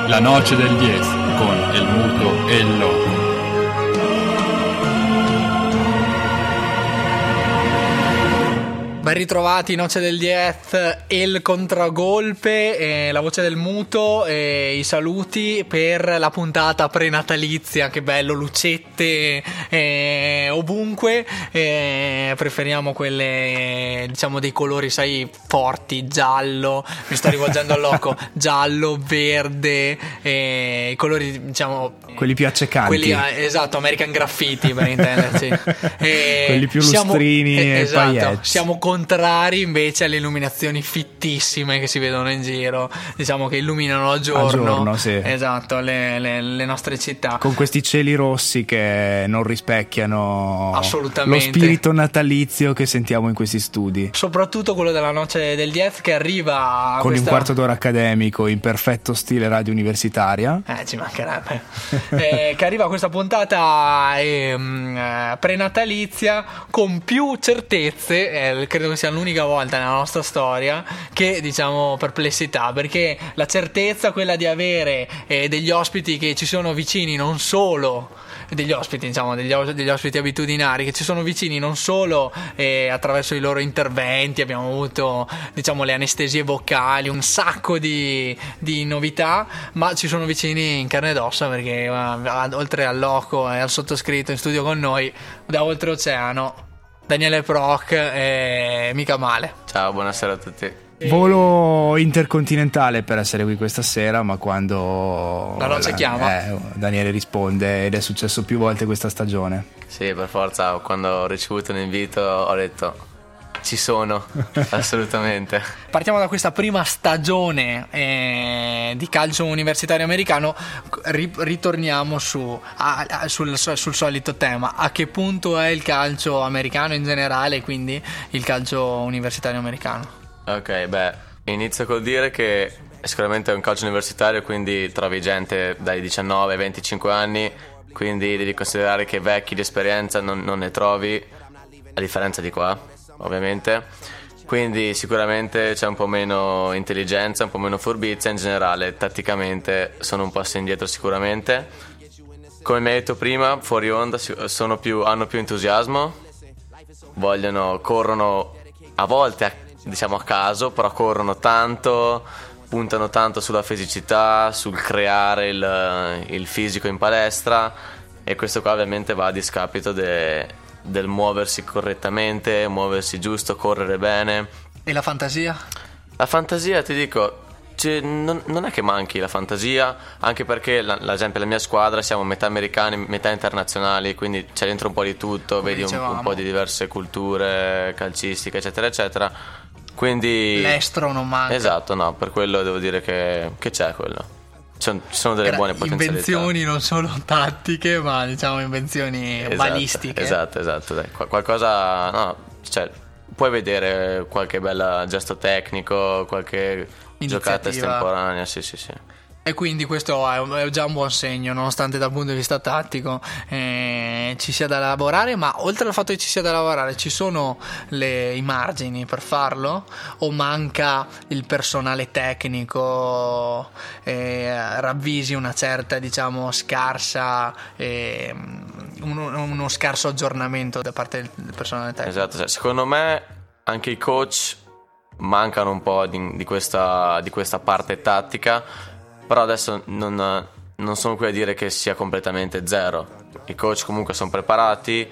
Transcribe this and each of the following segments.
La noce del 10 con El Muto e il Loco. Ben ritrovati, Noce del Diez e il contragolpe, la voce del muto e i saluti per la puntata prenatalizia. Che bello, lucette ovunque, preferiamo quelle diciamo dei colori, sai, forti, giallo, mi sto rivolgendo al loco, giallo, verde, i colori diciamo quelli più accecanti, quelli, esatto, American Graffiti per intenderci. Quelli più lustrini e esatto, paillettes. siamo contrari invece alle illuminazioni fittissime che si vedono in giro, diciamo che illuminano a giorno, sì. Esatto, le nostre città, con questi cieli rossi che non rispecchiano assolutamente lo spirito natalizio che sentiamo in questi studi, soprattutto quello della Noce del Diez, che arriva con un quarto d'ora accademico in perfetto stile radio universitaria, ci mancherebbe, che arriva a questa puntata prenatalizia con più certezze, credo che sia l'unica volta nella nostra storia che diciamo perplessità, perché la certezza, quella di avere degli ospiti che ci sono vicini, non solo degli ospiti, diciamo degli ospiti abitudinari che ci sono vicini non solo attraverso i loro interventi, abbiamo avuto diciamo le anestesie vocali, un sacco di novità, ma ci sono vicini in carne ed ossa, perché oltre al loco e al sottoscritto in studio con noi da oltreoceano Daniele Proc, mica male. Ciao, buonasera a tutti. Volo intercontinentale per essere qui questa sera, ma quando la noce chiama Daniele risponde, ed è successo più volte questa stagione. Sì, per forza, quando ho ricevuto un invito ho detto ci sono, assolutamente. Partiamo da questa prima stagione di calcio universitario americano, ritorniamo sul solito tema: a che punto è il calcio americano in generale, e quindi il calcio universitario americano? Ok, inizio col dire che sicuramente è un calcio universitario, quindi trovi gente dai 19 ai 25 anni, quindi devi considerare che vecchi di esperienza non ne trovi, a differenza di qua, ovviamente. Quindi sicuramente c'è un po' meno intelligenza, un po' meno furbizia in generale, tatticamente sono un passo indietro sicuramente. Come mi hai detto prima, fuori onda hanno più entusiasmo, corrono a volte diciamo a caso, però corrono tanto, puntano tanto sulla fisicità, sul creare il fisico in palestra, e questo qua ovviamente va a discapito del muoversi correttamente, muoversi giusto, correre bene. E la fantasia? La fantasia, ti dico, non è che manchi la fantasia, anche perché ad esempio la mia squadra siamo metà americani, metà internazionali, quindi c'è dentro un po' di tutto, vedi un po' di diverse culture calcistiche, eccetera eccetera, quindi l'estero non manca. Esatto, no, per quello devo dire che c'è quello. Ci sono delle buone potenzialità. Invenzioni non solo tattiche, ma diciamo invenzioni balistiche. Esatto, dai. Qualcosa, no, cioè puoi vedere qualche bel gesto tecnico, qualche giocata estemporanea, sì. E quindi questo è già un buon segno, nonostante dal punto di vista tattico ci sia da lavorare, ma oltre al fatto che ci sia da lavorare ci sono i margini per farlo, o manca il personale tecnico, ravvisi una certa diciamo scarsa uno scarso aggiornamento da parte del personale tecnico? Esatto, secondo me anche i coach mancano un po' di questa parte tattica, però adesso non sono qui a dire che sia completamente zero. I coach comunque sono preparati,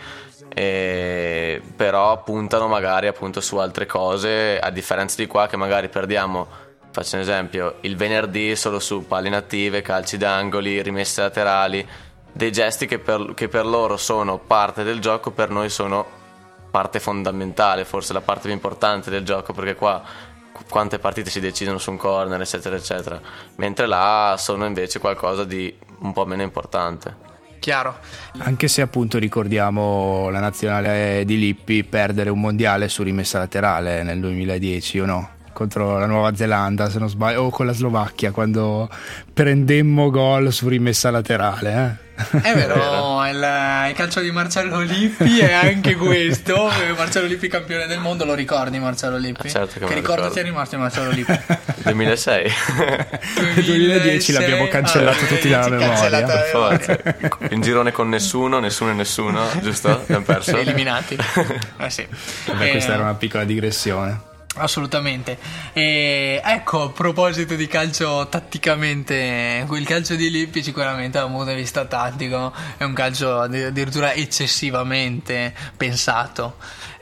però puntano magari appunto su altre cose, a differenza di qua che magari perdiamo, faccio un esempio, il venerdì solo su palle inattive, calci d'angoli, rimesse laterali, dei gesti che per loro sono parte del gioco, per noi sono parte fondamentale, forse la parte più importante del gioco, perché qua quante partite si decidono su un corner, eccetera eccetera, mentre là sono invece qualcosa di un po' meno importante. Chiaro. Anche se appunto ricordiamo la nazionale di Lippi perdere un mondiale su rimessa laterale nel 2010, o no? Contro la Nuova Zelanda, se non sbaglio, o con la Slovacchia, quando prendemmo gol su rimessa laterale, È vero, il calcio di Marcello Lippi è anche questo. Marcello Lippi campione del mondo, lo ricordi Marcello Lippi? Certo che ricordo ricordo. ti è rimasto di Marcello Lippi? 2006. 2010 l'abbiamo cancellato tutti dalla memoria. Per forza. In girone con nessuno, giusto? Abbiamo perso. Eliminati. Sì. Beh, questa era una piccola digressione. Assolutamente. E ecco, a proposito di calcio tatticamente, il calcio di Lippi sicuramente da un punto di vista tattico è un calcio addirittura eccessivamente pensato,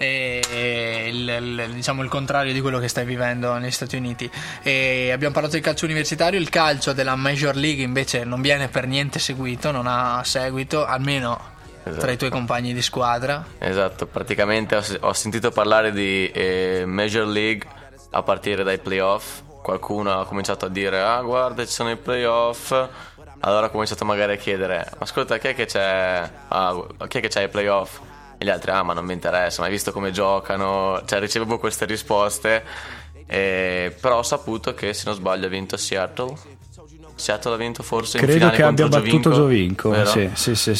diciamo il contrario di quello che stai vivendo negli Stati Uniti. E abbiamo parlato di calcio universitario, il calcio della Major League invece non viene per niente seguito, non ha seguito, almeno tra i tuoi compagni di squadra. Esatto, praticamente ho sentito parlare di Major League a partire dai playoff. Qualcuno ha cominciato a dire guarda ci sono i playoff. Allora ho cominciato magari a chiedere ascolta chi è che c'è ai playoff? E gli altri ma non mi interessa, ma hai visto come giocano? Cioè ricevevo queste risposte, però ho saputo che se non sbaglio ha vinto Seattle ha vinto forse credo in finale che abbia contro battuto Giovinco, vero? sì.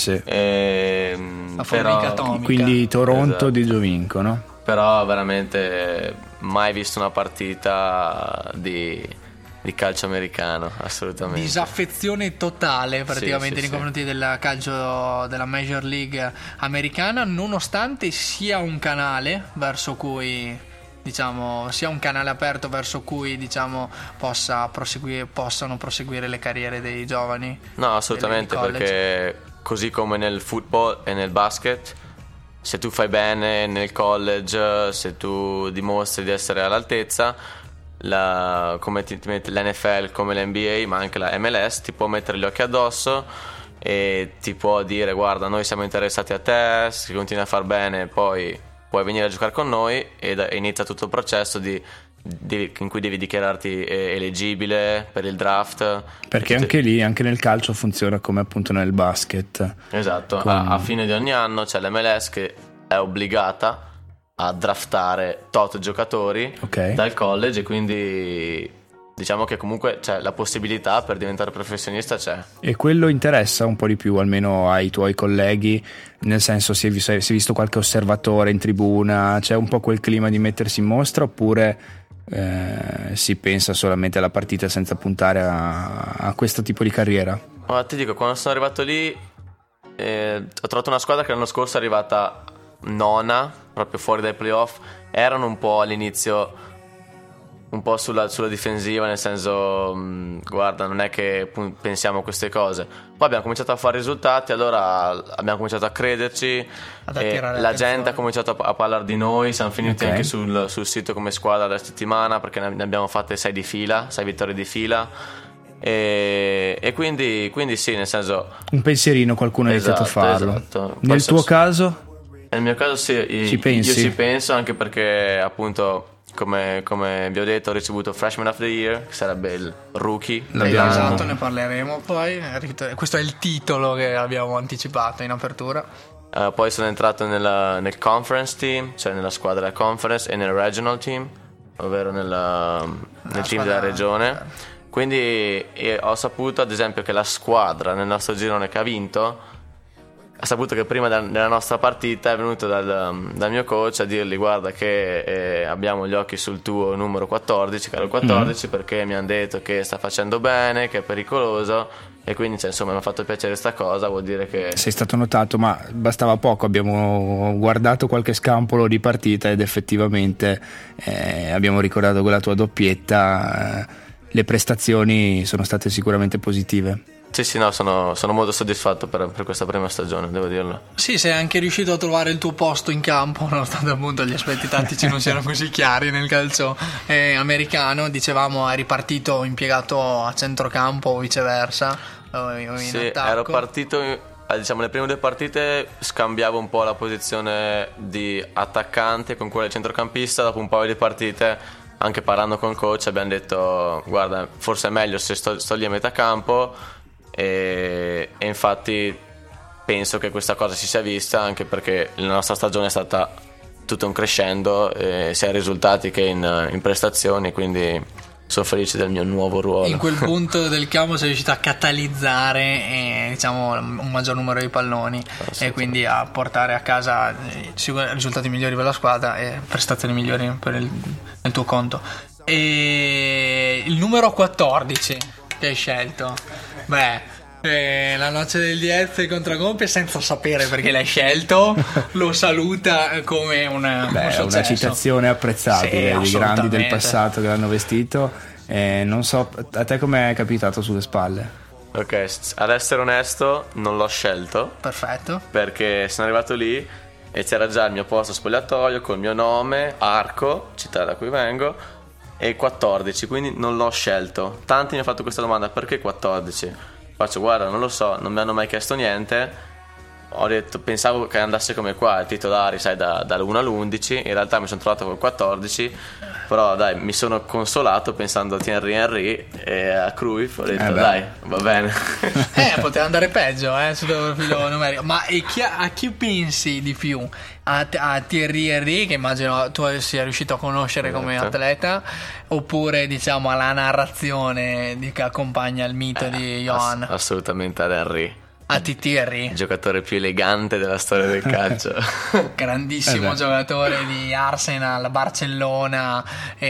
La formica atomica. Quindi Toronto, esatto, di Giovinco, no? Però veramente mai visto una partita di calcio americano, assolutamente. Disaffezione totale praticamente nei confronti del calcio della Major League americana, nonostante sia un canale verso cui sia un canale aperto verso cui possano proseguire le carriere dei giovani. No, assolutamente, perché così come nel football e nel basket, se tu fai bene nel college, se tu dimostri di essere all'altezza, come ti mette l'NFL, come l'NBA, ma anche la MLS ti può mettere gli occhi addosso e ti può dire guarda noi siamo interessati a te, se continui a far bene poi puoi venire a giocare con noi, e inizia tutto il processo in cui devi dichiararti eleggibile per il draft. Perché anche lì, anche nel calcio funziona come appunto nel basket. Esatto, a fine di ogni anno c'è l'MLS che è obbligata a draftare tot giocatori dal college, e quindi diciamo che comunque c'è la possibilità per diventare professionista, c'è. E quello interessa un po' di più almeno ai tuoi colleghi, nel senso si è visto qualche osservatore in tribuna, c'è un po' quel clima di mettersi in mostra, oppure si pensa solamente alla partita senza puntare a questo tipo di carriera? Ma ti dico, quando sono arrivato lì ho trovato una squadra che l'anno scorso è arrivata nona, proprio fuori dai playoff. Erano un po' all'inizio un po' sulla difensiva, nel senso guarda non è che pensiamo a queste cose. Poi abbiamo cominciato a fare risultati, allora abbiamo cominciato a crederci, la gente ha cominciato a parlare di noi, siamo finiti anche sul sito come squadra della settimana, perché ne abbiamo fatte 6 vittorie di fila, e quindi sì, nel senso un pensierino qualcuno ha iniziato a farlo. Esatto. Nel tuo caso? Nel mio caso sì, ci pensi? Io ci penso, anche perché appunto come vi ho detto ho ricevuto Freshman of the Year, che sarebbe il rookie. Esatto, ne parleremo poi. Questo è il titolo che abbiamo anticipato in apertura. Poi sono entrato nel conference team, cioè nella squadra della conference, e nel regional team, ovvero nel team della regione. Quindi ho saputo ad esempio che la squadra nel nostro girone che ha vinto ha saputo che prima della nostra partita è venuto dal mio coach a dirgli guarda che abbiamo gli occhi sul tuo numero 14, caro 14, perché mi hanno detto che sta facendo bene, che è pericoloso, e quindi insomma mi ha fatto piacere sta cosa, vuol dire che sei stato notato. Ma bastava poco, abbiamo guardato qualche scampolo di partita ed effettivamente abbiamo ricordato quella tua doppietta, le prestazioni sono state sicuramente positive. Sì, no, sono molto soddisfatto per questa prima stagione, devo dirlo. Sì, sei anche riuscito a trovare il tuo posto in campo, nonostante appunto gli aspetti tattici non siano così chiari nel calcio americano. Dicevamo, eri partito impiegato a centrocampo o viceversa? Sì, ero partito, diciamo, le prime 2 partite scambiavo un po' la posizione di attaccante con quella di centrocampista. Dopo un paio di partite, anche parlando con il coach, abbiamo detto guarda, forse è meglio se sto lì a metà campo. E infatti penso che questa cosa si sia vista, anche perché la nostra stagione è stata tutto un crescendo, sia in risultati che in prestazioni, quindi sono felice del mio nuovo ruolo. In quel punto del campo sei riuscito a catalizzare diciamo un maggior numero di palloni e quindi a portare a casa risultati migliori per la squadra e prestazioni migliori per il tuo conto. E il numero 14 che hai scelto, la noce del Diez contro Compie, senza sapere perché l'hai scelto, lo saluta come un successo. Una citazione apprezzabile di grandi del passato che l'hanno vestito. Non so, a te com'è capitato sulle spalle? Ok, ad essere onesto non l'ho scelto. Perfetto. Perché sono arrivato lì e c'era già il mio posto spogliatoio col mio nome, Arco, città da cui vengo, e 14, quindi non l'ho scelto. Tanti mi hanno fatto questa domanda: perché 14? Faccio, guarda, non lo so, non mi hanno mai chiesto niente. Ho detto, pensavo che andasse come qua, i titolari, sai, dall'1 all'11. In realtà mi sono trovato col 14. Però dai, mi sono consolato pensando a Thierry Henry e a Cruyff. Ho detto, dai, va bene. Poteva andare peggio sul profilo numerico. Ma a chi pensi di più? A Thierry Henry, che immagino tu sia riuscito a conoscere come atleta, oppure diciamo alla narrazione che accompagna il mito di Johan? Assolutamente ad Henry. A Thierry, il giocatore più elegante della storia del calcio. Grandissimo giocatore di Arsenal, Barcellona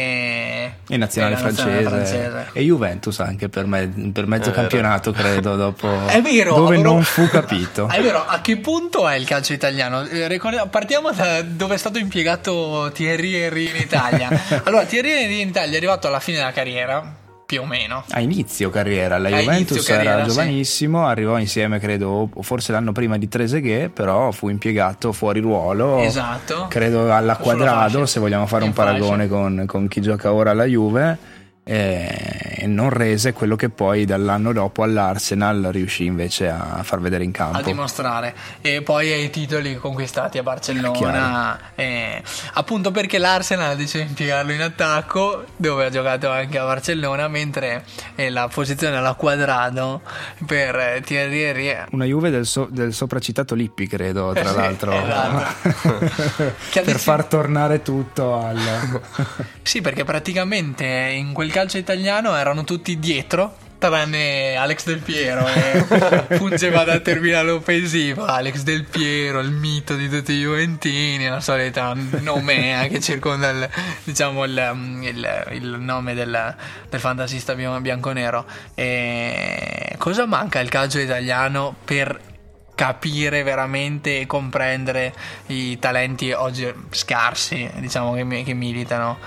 e nazionale francese e Juventus anche per mezzo campionato, credo, dopo. È vero, dove non fu capito. È vero, a che punto è il calcio italiano? Partiamo da dove è stato impiegato Thierry Henry in Italia. Allora, Thierry Henry in Italia è arrivato alla fine della carriera, più o meno a inizio carriera. La Juventus era giovanissimo, arrivò insieme, credo, forse l'anno prima di Trezeguet, però fu impiegato fuori ruolo, esatto, credo alla Quadrado, se vogliamo fare un paragone con chi gioca ora alla Juve, e non rese quello che poi dall'anno dopo all'Arsenal riuscì invece a far vedere in campo, a dimostrare, e poi ai titoli conquistati a Barcellona, appunto perché l'Arsenal decise di impiegarlo in attacco, dove ha giocato anche a Barcellona, mentre la posizione alla Quadrado per Thierry Henry, una Juve del sopracitato Lippi, credo, tra l'altro, per far tornare tutto al sì, perché praticamente in quel calcio italiano erano tutti dietro, tranne Alex Del Piero, e fungeva da terminale offensiva. Alex Del Piero, il mito di tutti i juventini, la solita nomea che circonda il nome del fantasista bianconero. E cosa manca al calcio italiano per capire veramente e comprendere i talenti oggi scarsi, diciamo, che militano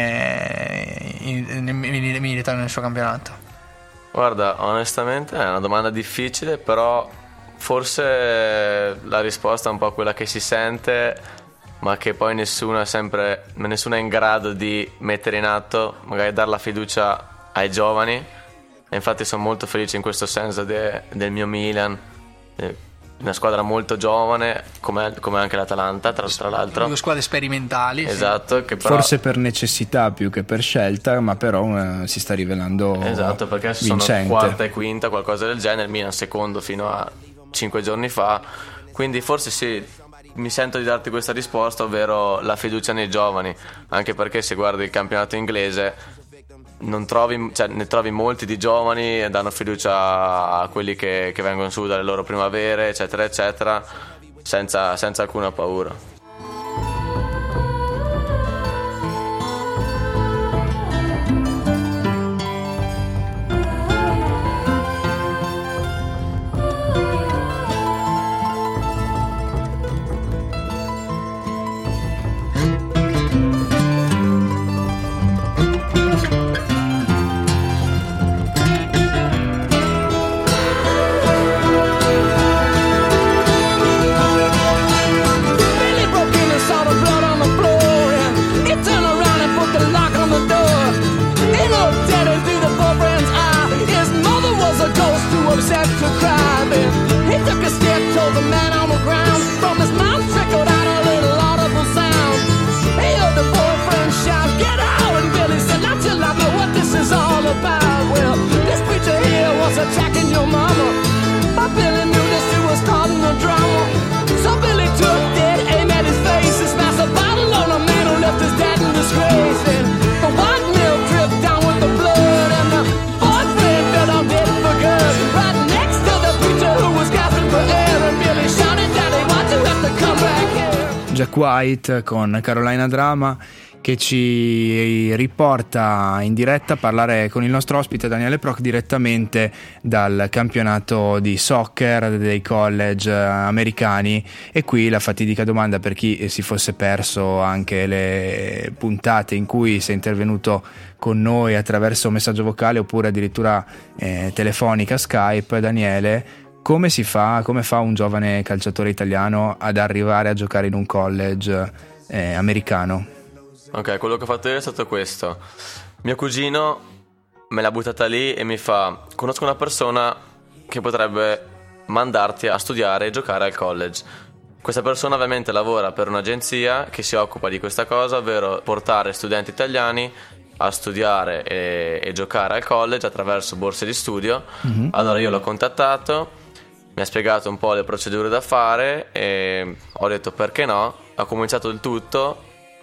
nel suo campionato? Guarda, onestamente è una domanda difficile, però forse la risposta è un po' quella che si sente, ma che poi nessuno è in grado di mettere in atto, magari dar la fiducia ai giovani. E infatti sono molto felice in questo senso del mio Milan, una squadra molto giovane come anche l'Atalanta, tra l'altro, due squadre sperimentali, esatto, sì. Che però, forse per necessità più che per scelta, ma però si sta rivelando esatto, perché vincente. Sono quarta e quinta, qualcosa del genere, il Milan secondo fino a 5 giorni fa, quindi forse sì, mi sento di darti questa risposta, ovvero la fiducia nei giovani, anche perché se guardi il campionato inglese ne trovi molti di giovani e danno fiducia a quelli che vengono su dalle loro primavere, eccetera eccetera, senza alcuna paura. Jack White con Carolina Drama, che ci riporta in diretta a parlare con il nostro ospite Daniele Proc direttamente dal campionato di soccer dei college americani. E qui la fatidica domanda per chi si fosse perso anche le puntate in cui sei intervenuto con noi attraverso messaggio vocale oppure addirittura telefonica Skype: Daniele, come fa un giovane calciatore italiano ad arrivare a giocare in un college americano? Ok, quello che ho fatto io è stato questo. Mio cugino me l'ha buttata lì e mi fa: conosco una persona che potrebbe mandarti a studiare e giocare al college. Questa persona ovviamente lavora per un'agenzia che si occupa di questa cosa, ovvero portare studenti italiani a studiare e giocare al college attraverso borse di studio. Allora io l'ho contattato, mi ha spiegato un po' le procedure da fare e ho detto perché no. Ho cominciato il tutto.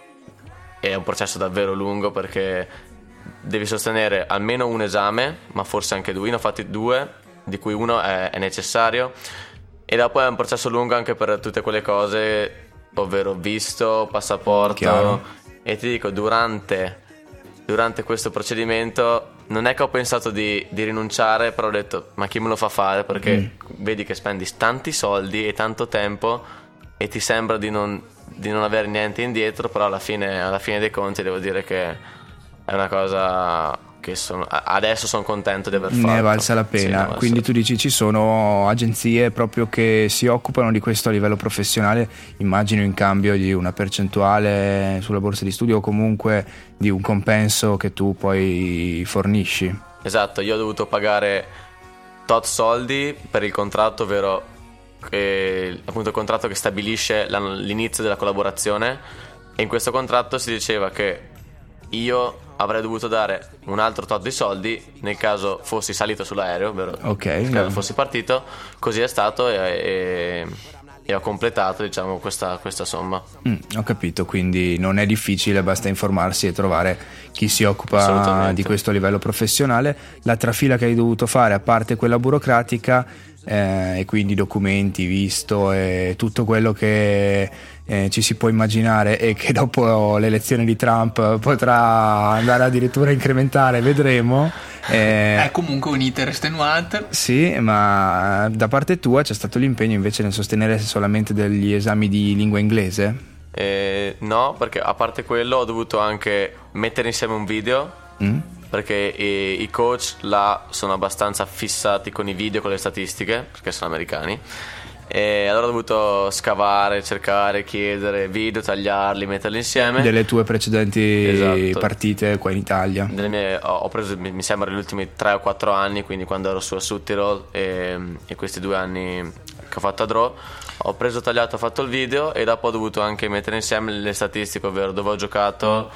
È un processo davvero lungo perché devi sostenere almeno un esame, ma forse anche due. Ne ho fatti 2, di cui uno è necessario. E dopo è un processo lungo anche per tutte quelle cose, ovvero visto, passaporto. Chiaro. E ti dico, durante questo procedimento non è che ho pensato di rinunciare, però ho detto: ma chi me lo fa fare? Perché vedi che spendi tanti soldi e tanto tempo e ti sembra di non avere niente indietro, però alla fine dei conti devo dire che è una cosa che adesso sono contento di aver fatto. Ne è valsa la pena. Sì, quindi tu dici ci sono agenzie proprio che si occupano di questo a livello professionale, immagino in cambio di una percentuale sulla borsa di studio o comunque di un compenso che tu poi fornisci. Esatto, io ho dovuto pagare tot soldi per il contratto, ovvero appunto il contratto che stabilisce l'inizio della collaborazione, e in questo contratto si diceva che io avrei dovuto dare un altro tot di soldi nel caso fossi salito sull'aereo, ovvero nel caso fossi partito. Così è stato e ho completato, diciamo, questa somma. Ho capito, quindi non è difficile, basta informarsi e trovare chi si occupa di questo a livello professionale. La trafila che hai dovuto fare, a parte quella burocratica, e quindi documenti, visto e tutto quello che ci si può immaginare e che dopo l'elezione di Trump potrà andare addirittura a incrementare, vedremo. È comunque un iter estenuante. Sì, ma da parte tua c'è stato l'impegno invece nel sostenere solamente degli esami di lingua inglese? No, perché a parte quello ho dovuto anche mettere insieme un video, perché i coach là sono abbastanza fissati con i video, con le statistiche, perché sono americani. E allora ho dovuto scavare, cercare, chiedere video, tagliarli, metterli insieme. Delle tue precedenti Esatto. partite qua in Italia. Ho preso, mi sembra, gli ultimi 3 o 4 anni, quindi quando ero su a Suttirol e questi 2 anni che ho fatto a Draw. Ho preso, tagliato, ho fatto il video e dopo ho dovuto anche mettere insieme le statistiche, ovvero dove ho giocato,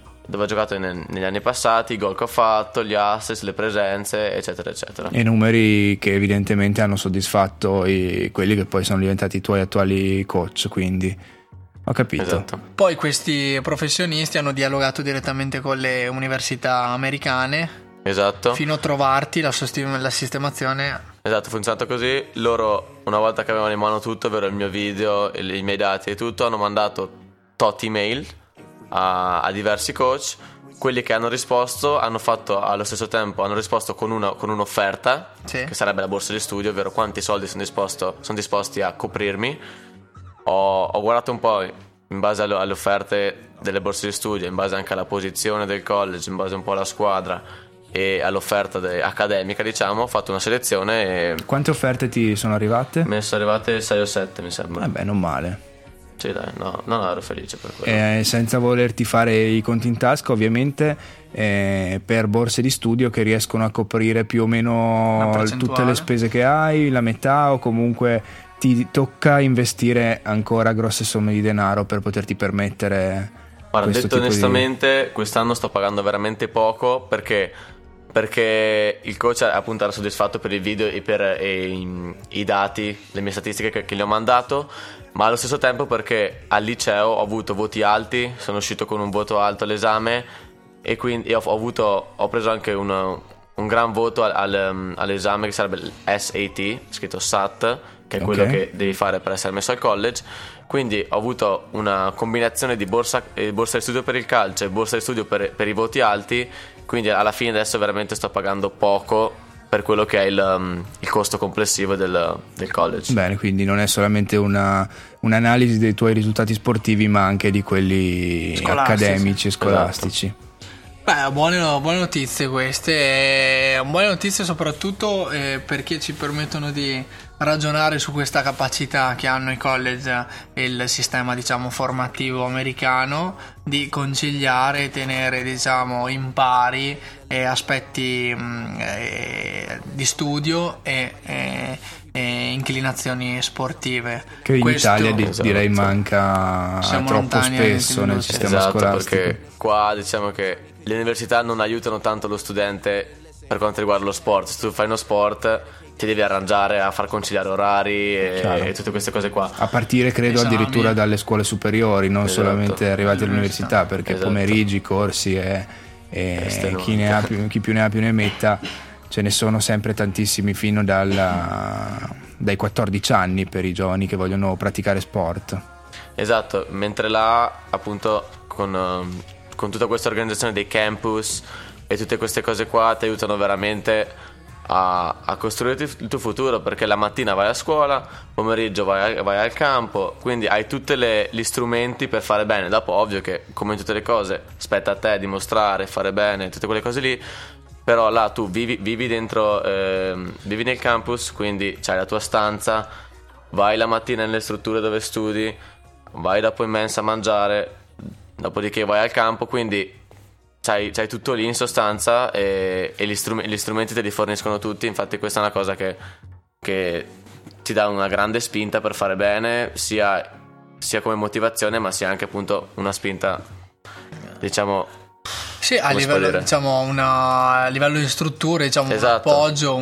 negli anni passati, i gol che ho fatto, gli assist, le presenze, eccetera eccetera. E numeri che evidentemente hanno soddisfatto quelli che poi sono diventati i tuoi attuali coach, quindi ho capito. Esatto. Poi questi professionisti hanno dialogato direttamente con le università americane, Esatto. fino a trovarti la sistemazione. Esatto, è funzionato così. Loro, una volta che avevano in mano tutto, ovvero il mio video, i miei dati e tutto, hanno mandato tot email a diversi coach. Quelli che hanno risposto hanno fatto allo stesso tempo, hanno risposto con un'offerta, Sì. che sarebbe la borsa di studio, ovvero quanti soldi sono disposti a coprirmi. Ho guardato un po' in base alle offerte delle borse di studio, in base anche alla posizione del college, in base un po' alla squadra e all'offerta accademica, diciamo. Ho fatto una selezione e Quante offerte ti sono arrivate? me ne sono arrivate 6 o 7, mi sembra. Beh, non male. Sì, dai, no, non ero felice per quello. Senza volerti fare i conti in tasca, ovviamente, per borse di studio che riescono a coprire più o Una meno percentuale. tutte le spese che hai, la metà, o comunque ti tocca investire ancora grosse somme di denaro per poterti permettere. Guarda, questo detto tipo onestamente, quest'anno sto pagando veramente poco perché il coach appunto era soddisfatto per il video e per i dati, le mie statistiche che gli ho mandato, ma allo stesso tempo perché al liceo ho avuto voti alti, sono uscito con un voto alto all'esame e quindi ho preso anche un gran voto all'esame che sarebbe il SAT, scritto SAT, che è quello che devi fare per essere messo al college. Quindi ho avuto una combinazione di borsa di studio per il calcio e borsa di studio per i voti alti, quindi alla fine adesso veramente sto pagando poco per quello che è il costo complessivo del college. Bene, quindi non è solamente un'analisi dei tuoi risultati sportivi, ma anche di quelli accademici e scolastici. Esatto. Beh, buone notizie queste, buone notizie soprattutto perché ci permettono di ragionare su questa capacità che hanno i college e il sistema, diciamo, formativo americano di conciliare e tenere, diciamo, in pari aspetti di studio e inclinazioni sportive, che in Italia esatto, direi manca troppo spesso nel sistema scolastico, perché qua diciamo che le università non aiutano tanto lo studente per quanto riguarda lo sport. Se tu fai uno sport ti devi arrangiare a far conciliare orari e tutte queste cose qua, a partire credo addirittura dalle scuole superiori, non solamente arrivati all'università, perché pomeriggi, corsi e chi più ne ha più ne metta, ce ne sono sempre tantissimi fino dai 14 anni per i giovani che vogliono praticare sport. Esatto, mentre là appunto con tutta questa organizzazione dei campus e tutte queste cose qua ti aiutano veramente a costruire il tuo futuro, perché la mattina vai a scuola, pomeriggio vai al campo, quindi hai tutti gli strumenti per fare bene. Dopo ovvio che come in tutte le cose spetta a te dimostrare, fare bene, tutte quelle cose lì, però là tu vivi dentro, vivi nel campus, quindi c'hai la tua stanza, vai la mattina nelle strutture dove studi, vai dopo in mensa a mangiare, dopodiché vai al campo, quindi c'hai tutto lì in sostanza e gli strumenti te li forniscono tutti. Infatti questa è una cosa che ti dà una grande spinta per fare bene, sia come motivazione, ma sia anche appunto una spinta, diciamo, sì, a livello, diciamo, a livello di strutture, diciamo, esatto, un appoggio,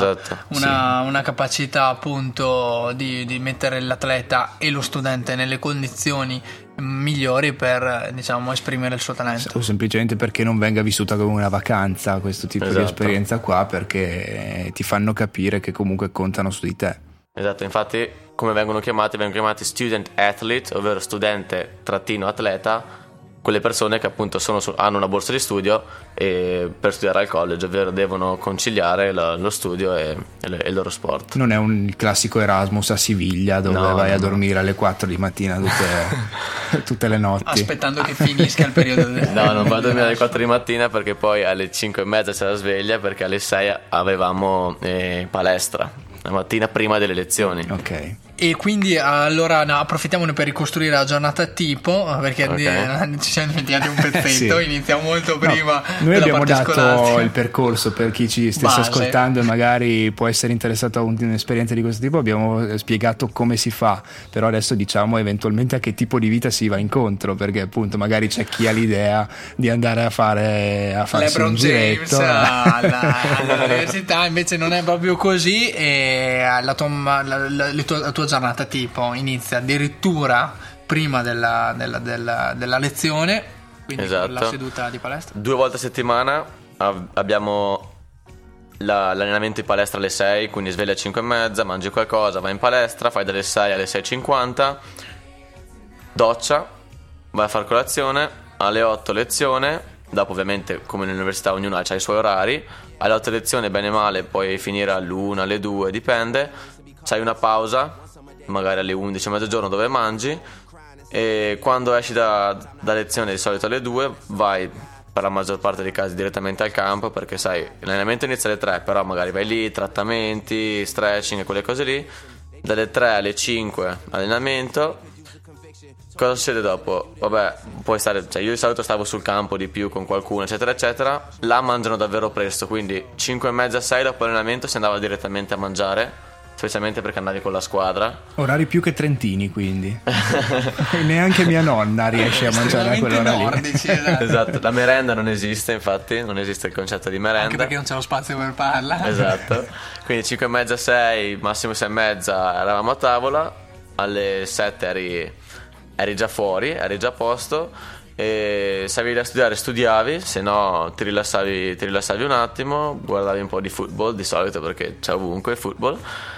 una capacità appunto di mettere l'atleta e lo studente nelle condizioni migliori per, diciamo, esprimere il suo talento, o semplicemente perché non venga vissuta come una vacanza questo tipo di esperienza qua, perché ti fanno capire che comunque contano su di te. Esatto, infatti come vengono chiamati student athlete, ovvero studente-atleta, quelle persone che appunto hanno una borsa di studio per studiare al college, ovvero devono conciliare lo studio e il loro sport. Non è il classico Erasmus a Siviglia dove vai a dormire alle 4 di mattina tutte le notti aspettando che finisca il periodo no, non vado a dormire alle 4 di mattina, perché poi alle 5:30 c'è la sveglia, perché alle 6 avevamo palestra la mattina prima delle lezioni. Ok. E quindi allora approfittiamone per ricostruire la giornata tipo, perché ci siamo dimenticati un pezzetto. Sì. Iniziamo molto prima. Noi della abbiamo parte dato scolastica. Il percorso per chi ci stesse ascoltando e magari può essere interessato a un'esperienza di questo tipo. Abbiamo spiegato come si fa, però adesso diciamo eventualmente a che tipo di vita si va incontro, perché appunto magari c'è chi ha l'idea di andare a farsi un giretto all'università, invece non è proprio così, e la tua giornata tipo inizia addirittura prima della lezione, quindi con la seduta di palestra. 2 volte a settimana abbiamo l'allenamento in palestra alle 6, quindi sveglia alle 5:30, mangi qualcosa, vai in palestra, fai dalle 6 alle 6:50, doccia, vai a fare colazione, alle 8 lezione, dopo ovviamente come nell'università ognuno ha i suoi orari, alle 8 lezione bene male puoi finire all'1, alle 2, dipende, c'hai una pausa magari alle 11 a mezzogiorno dove mangi, e quando esci da lezione di solito alle 2 vai per la maggior parte dei casi direttamente al campo, perché sai l'allenamento inizia alle 3, però magari vai lì, trattamenti, stretching e quelle cose lì, dalle 3 alle 5 allenamento. Cosa succede dopo? Vabbè, puoi stare, io di solito stavo sul campo di più con qualcuno eccetera eccetera, là mangiano davvero presto, quindi 5:30, 6 dopo l'allenamento si andava direttamente a mangiare, specialmente perché andavi con la squadra. Orari più che trentini, quindi neanche mia nonna riesce a mangiare a quell'ora nordici, lì. Esatto, la merenda non esiste, infatti non esiste il concetto di merenda, anche perché non c'è lo spazio per farla. Esatto, quindi 5:30, 6, massimo 6:30 eravamo a tavola, alle 7 eri già fuori, eri già a posto, e se avevi da studiare studiavi, se no ti rilassavi un attimo, guardavi un po' di football di solito, perché c'è ovunque il football,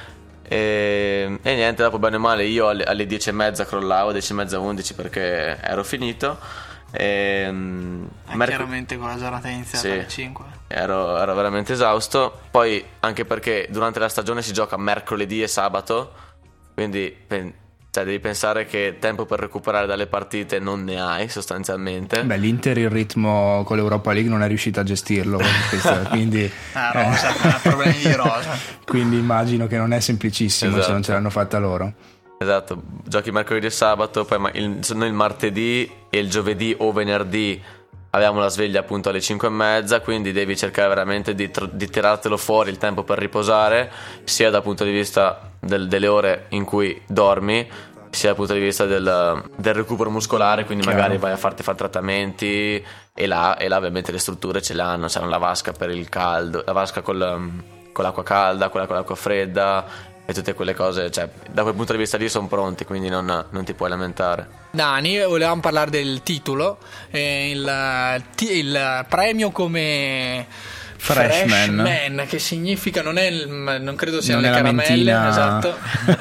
E niente, dopo bene o male io alle 10:30 crollavo, 10:30, 11, perché ero finito. Chiaramente con la giornata iniziata alle 5. Ero veramente esausto. Poi anche perché durante la stagione si gioca mercoledì e sabato, quindi devi pensare che tempo per recuperare dalle partite non ne hai sostanzialmente. Beh, l'Inter il ritmo con l'Europa League non è riuscita a gestirlo, quindi Rosa, problemi di rosa. Quindi immagino che non è semplicissimo, esatto. Se non ce l'hanno fatta loro. Esatto, giochi mercoledì e sabato, poi noi il martedì e il giovedì o venerdì abbiamo la sveglia appunto alle 5:30, quindi devi cercare veramente di tirartelo fuori il tempo per riposare, sia dal punto di vista delle ore in cui dormi, sia dal punto di vista del recupero muscolare, quindi Chiaro. magari vai a fare trattamenti e là ovviamente le strutture ce l'hanno, c'hanno la vasca per il caldo, la vasca con l'acqua calda, quella con l'acqua fredda e tutte quelle cose, cioè da quel punto di vista lì sono pronti, quindi non ti puoi lamentare. Dani, volevamo parlare del titolo, il premio come Freshman, che significa non credo siano le caramelle, esatto.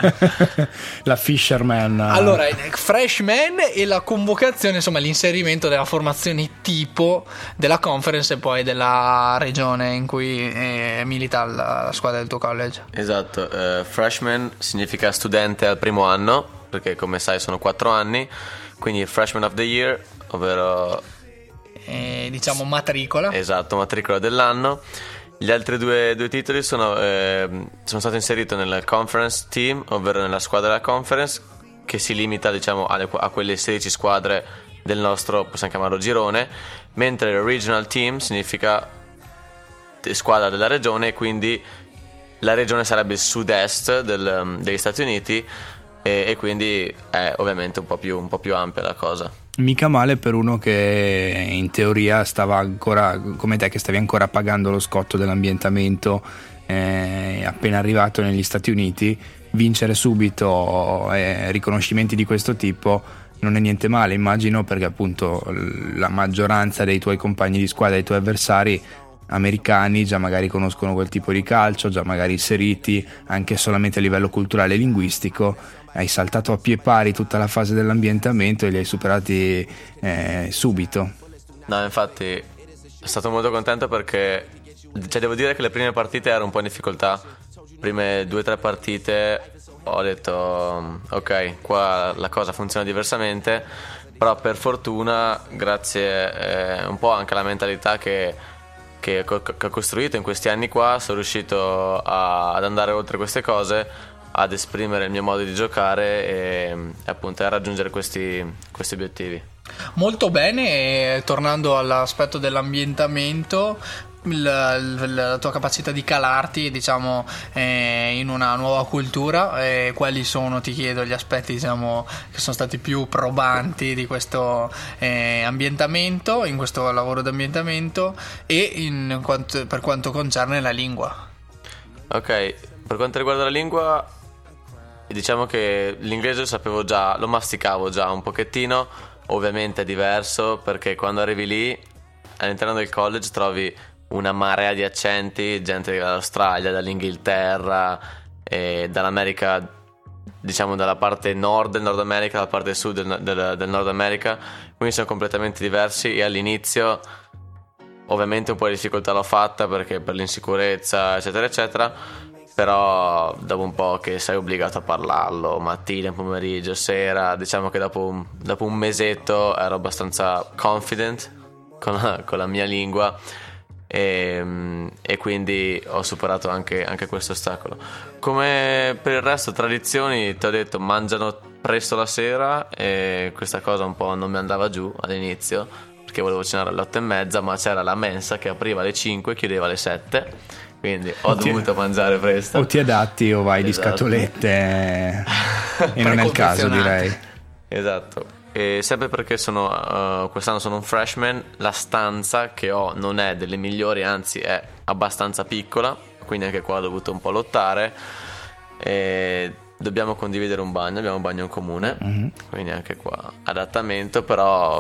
La Fisherman. Allora, Freshman e la convocazione, insomma l'inserimento della formazione tipo della conference e poi della regione in cui milita la squadra del tuo college. Esatto, freshman significa studente al primo anno, perché come sai sono 4 anni, quindi Freshman of the Year, ovvero diciamo matricola. Esatto, matricola dell'anno. Gli altri due titoli sono stato inserito nel conference team, ovvero nella squadra della conference, che si limita diciamo a quelle 16 squadre del nostro, possiamo chiamarlo girone, mentre il regional team significa squadra della regione, quindi la regione sarebbe il sud-est degli Stati Uniti e quindi è ovviamente un po' più ampia la cosa. Mica male per uno che in teoria stava ancora, come te, che stavi ancora pagando lo scotto dell'ambientamento appena arrivato negli Stati Uniti. Vincere subito riconoscimenti di questo tipo non è niente male, immagino, perché appunto la maggioranza dei tuoi compagni di squadra, dei tuoi avversari americani già magari conoscono quel tipo di calcio, già magari inseriti anche solamente a livello culturale e linguistico. Hai saltato a pie pari tutta la fase dell'ambientamento e li hai superati subito. No, infatti sono stato molto contento perché devo dire che le prime partite ero un po' in difficoltà. Prime 2-3 partite ho detto ok, qua la cosa funziona diversamente, però per fortuna, grazie un po' anche alla mentalità che ho costruito in questi anni qua, sono riuscito ad andare oltre queste cose, ad esprimere il mio modo di giocare e appunto a raggiungere questi obiettivi. Molto bene, e tornando all'aspetto dell'ambientamento, la tua capacità di calarti diciamo in una nuova cultura, quali sono, ti chiedo, gli aspetti diciamo che sono stati più probanti di questo ambientamento, in questo lavoro di ambientamento, e per quanto concerne la lingua? Ok, per quanto riguarda la lingua, diciamo che l'inglese lo masticavo già un pochettino. Ovviamente è diverso perché quando arrivi lì all'interno del college trovi una marea di accenti, gente dall'Australia, dall'Inghilterra e dall'America, diciamo dalla parte nord del Nord America, dalla parte sud del Nord America, quindi sono completamente diversi e all'inizio ovviamente un po' di difficoltà l'ho fatta perché per l'insicurezza eccetera eccetera, però dopo un po' che sei obbligato a parlarlo mattina, pomeriggio, sera, diciamo che dopo un mesetto ero abbastanza confident con la mia lingua e quindi ho superato anche questo ostacolo. Come per il resto tradizioni, ti ho detto, mangiano presto la sera e questa cosa un po' non mi andava giù all'inizio perché volevo cenare alle 8:30, ma c'era la mensa che apriva alle 5 e chiudeva alle 7, quindi ho dovuto mangiare presto. O ti adatti o vai di Esatto. scatolette e non è il caso, direi. Esatto. E sempre perché quest'anno sono un freshman, la stanza che ho non è delle migliori, anzi è abbastanza piccola, quindi anche qua ho dovuto un po' lottare e dobbiamo condividere un bagno, abbiamo un bagno in comune, quindi anche qua adattamento, però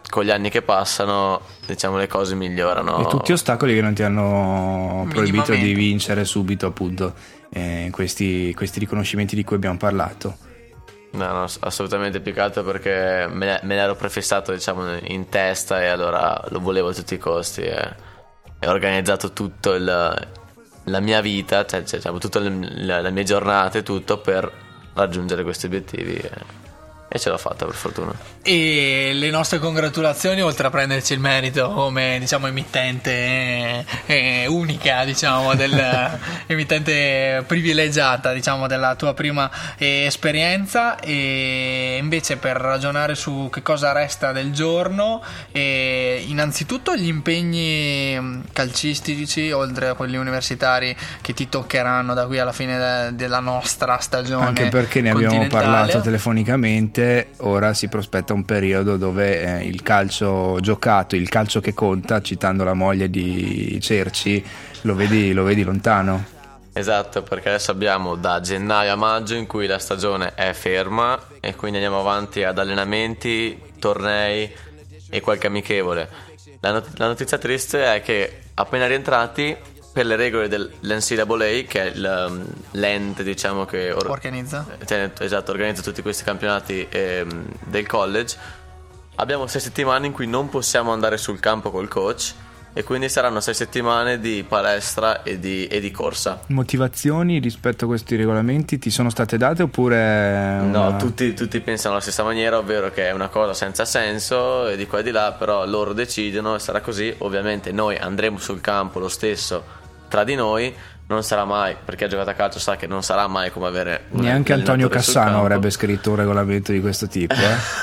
con gli anni che passano, diciamo, le cose migliorano. E tutti ostacoli che non ti hanno proibito Minimamente. di vincere subito, appunto, questi riconoscimenti di cui abbiamo parlato. No, assolutamente, più che altro perché me l'ero prefissato, diciamo, in testa, e allora lo volevo a tutti i costi, e ho organizzato tutto la mia vita, cioè diciamo, tutte le mie giornate, tutto per raggiungere questi obiettivi, e ce l'ho fatta, per fortuna. E le nostre congratulazioni, oltre a prenderci il merito come, diciamo, emittente unica, diciamo, emittente privilegiata, diciamo, della tua prima esperienza, e invece per ragionare su che cosa resta del giorno, innanzitutto gli impegni calcistici, oltre a quelli universitari, che ti toccheranno da qui alla fine della nostra stagione. Anche perché ne abbiamo continentale. parlato telefonicamente, ora si prospetta un periodo dove il calcio giocato, il calcio che conta, citando la moglie di Cerci, lo vedi lontano. Esatto, perché adesso abbiamo da gennaio a maggio in cui la stagione è ferma, e quindi andiamo avanti ad allenamenti, tornei e qualche amichevole. La notizia triste è che appena rientrati, per le regole dell'NCAA, che è l'ente, diciamo, che Organizza. esatto, organizza tutti questi campionati del college, abbiamo 6 settimane in cui non possiamo andare sul campo col coach, e quindi saranno 6 settimane di palestra e di corsa. Motivazioni rispetto a questi regolamenti ti sono state date, oppure No, tutti pensano alla stessa maniera, ovvero che è una cosa senza senso, e di qua e di là, però loro decidono e sarà così. Ovviamente noi andremo sul campo lo stesso tra di noi, non sarà mai, perché ha giocato a calcio sa che non sarà mai come avere neanche Antonio allenatore sul Cassano campo. avrebbe scritto un regolamento di questo tipo,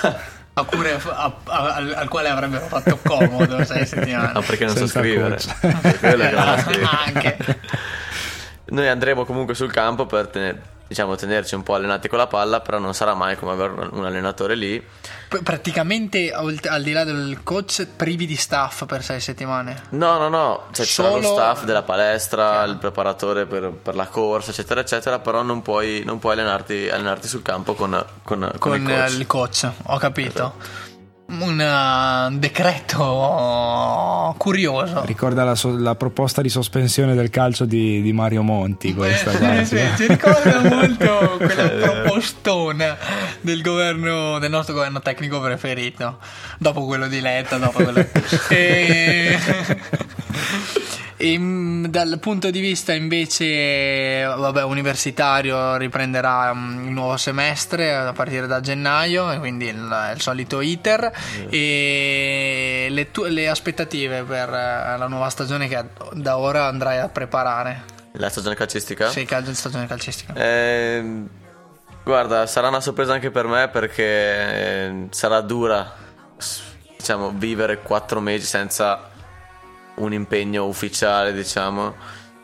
Al quale avrebbero fatto comodo 6 settimane. No, perché non so Senza scrivere. coach. Per quello che non so scrivere. Anche. Noi andremo comunque sul campo per tenerci un po' allenati con la palla, però non sarà mai come avere un allenatore lì. Praticamente al di là del coach, privi di staff per 6 settimane. No, c'è Solo- lo staff della palestra, Chiaro. il preparatore per la corsa, eccetera eccetera, però non puoi allenarti sul campo con Con il coach. ho capito. Esatto. Un decreto curioso. ricorda la proposta di sospensione del calcio di Mario Monti, questa quasi. Sì, ci ricorda molto quella propostona del nostro governo tecnico preferito, dopo quello di Letta, dopo quello dal punto di vista invece universitario, riprenderà il nuovo semestre a partire da gennaio, e quindi il solito iter. E le aspettative per la nuova stagione che da ora andrai a preparare. La stagione calcistica? Sì, stagione calcistica. Guarda, sarà una sorpresa anche per me, perché sarà dura, diciamo, vivere 4 mesi senza un impegno ufficiale, diciamo.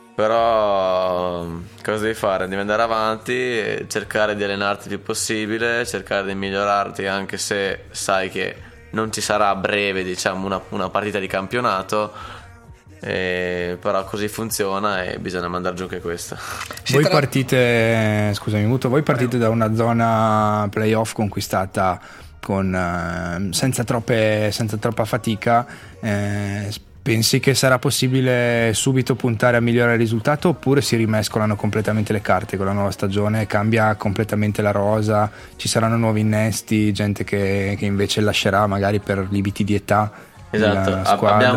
Però cosa devi fare? Devi andare avanti e cercare di allenarti il più possibile, cercare di migliorarti, anche se sai che non ci sarà a breve, diciamo, una partita di campionato, però così funziona e bisogna mandare giù anche questa. Voi partite da una zona playoff conquistata senza troppa fatica. Pensi che sarà possibile subito puntare a migliorare il risultato, oppure si rimescolano completamente le carte con la nuova stagione, cambia completamente la rosa, ci saranno nuovi innesti, gente che invece lascerà magari per limiti di età? Esatto, la squadra?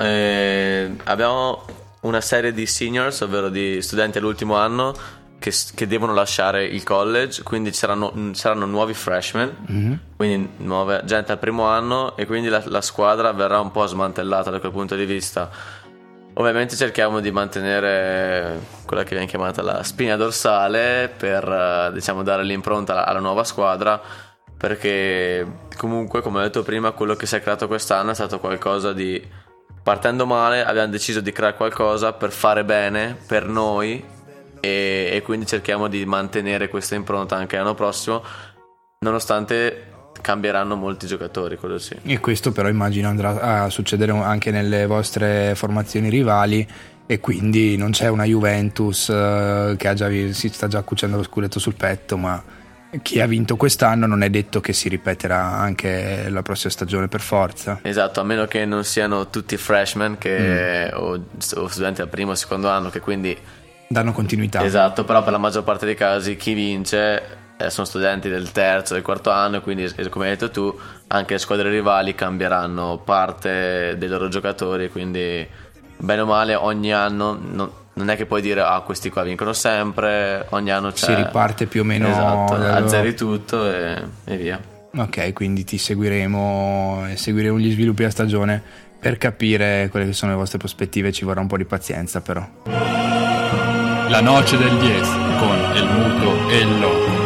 Abbiamo una serie di seniors, ovvero di studenti all'ultimo anno che devono lasciare il college, quindi saranno nuovi freshmen, quindi nuova gente al primo anno, e quindi la squadra verrà un po' smantellata da quel punto di vista. Ovviamente cerchiamo di mantenere quella che viene chiamata la spina dorsale per diciamo dare l'impronta alla nuova squadra, perché comunque, come ho detto prima, quello che si è creato quest'anno è stato qualcosa di... Partendo male abbiamo deciso di creare qualcosa per fare bene per noi, e quindi cerchiamo di mantenere questa impronta anche l'anno prossimo, nonostante cambieranno molti giocatori, quello sì. E questo però immagino andrà a succedere anche nelle vostre formazioni rivali, e quindi non c'è una Juventus che si sta già cucendo lo scudetto sul petto, ma chi ha vinto quest'anno non è detto che si ripeterà anche la prossima stagione per forza. Esatto, a meno che non siano tutti freshman o studenti al primo o secondo anno, che quindi danno continuità. Esatto, però per la maggior parte dei casi chi vince sono studenti del terzo e del quarto anno, e quindi come hai detto tu anche le squadre rivali cambieranno parte dei loro giocatori, quindi bene o male ogni anno non è che puoi dire questi qua vincono sempre, ogni anno si riparte più o meno, esatto, azzeri tutto e via. Ok, quindi ti seguiremo gli sviluppi della stagione per capire quelle che sono le vostre prospettive. Ci vorrà un po' di pazienza però. La noce del 10 con il muto e il loco.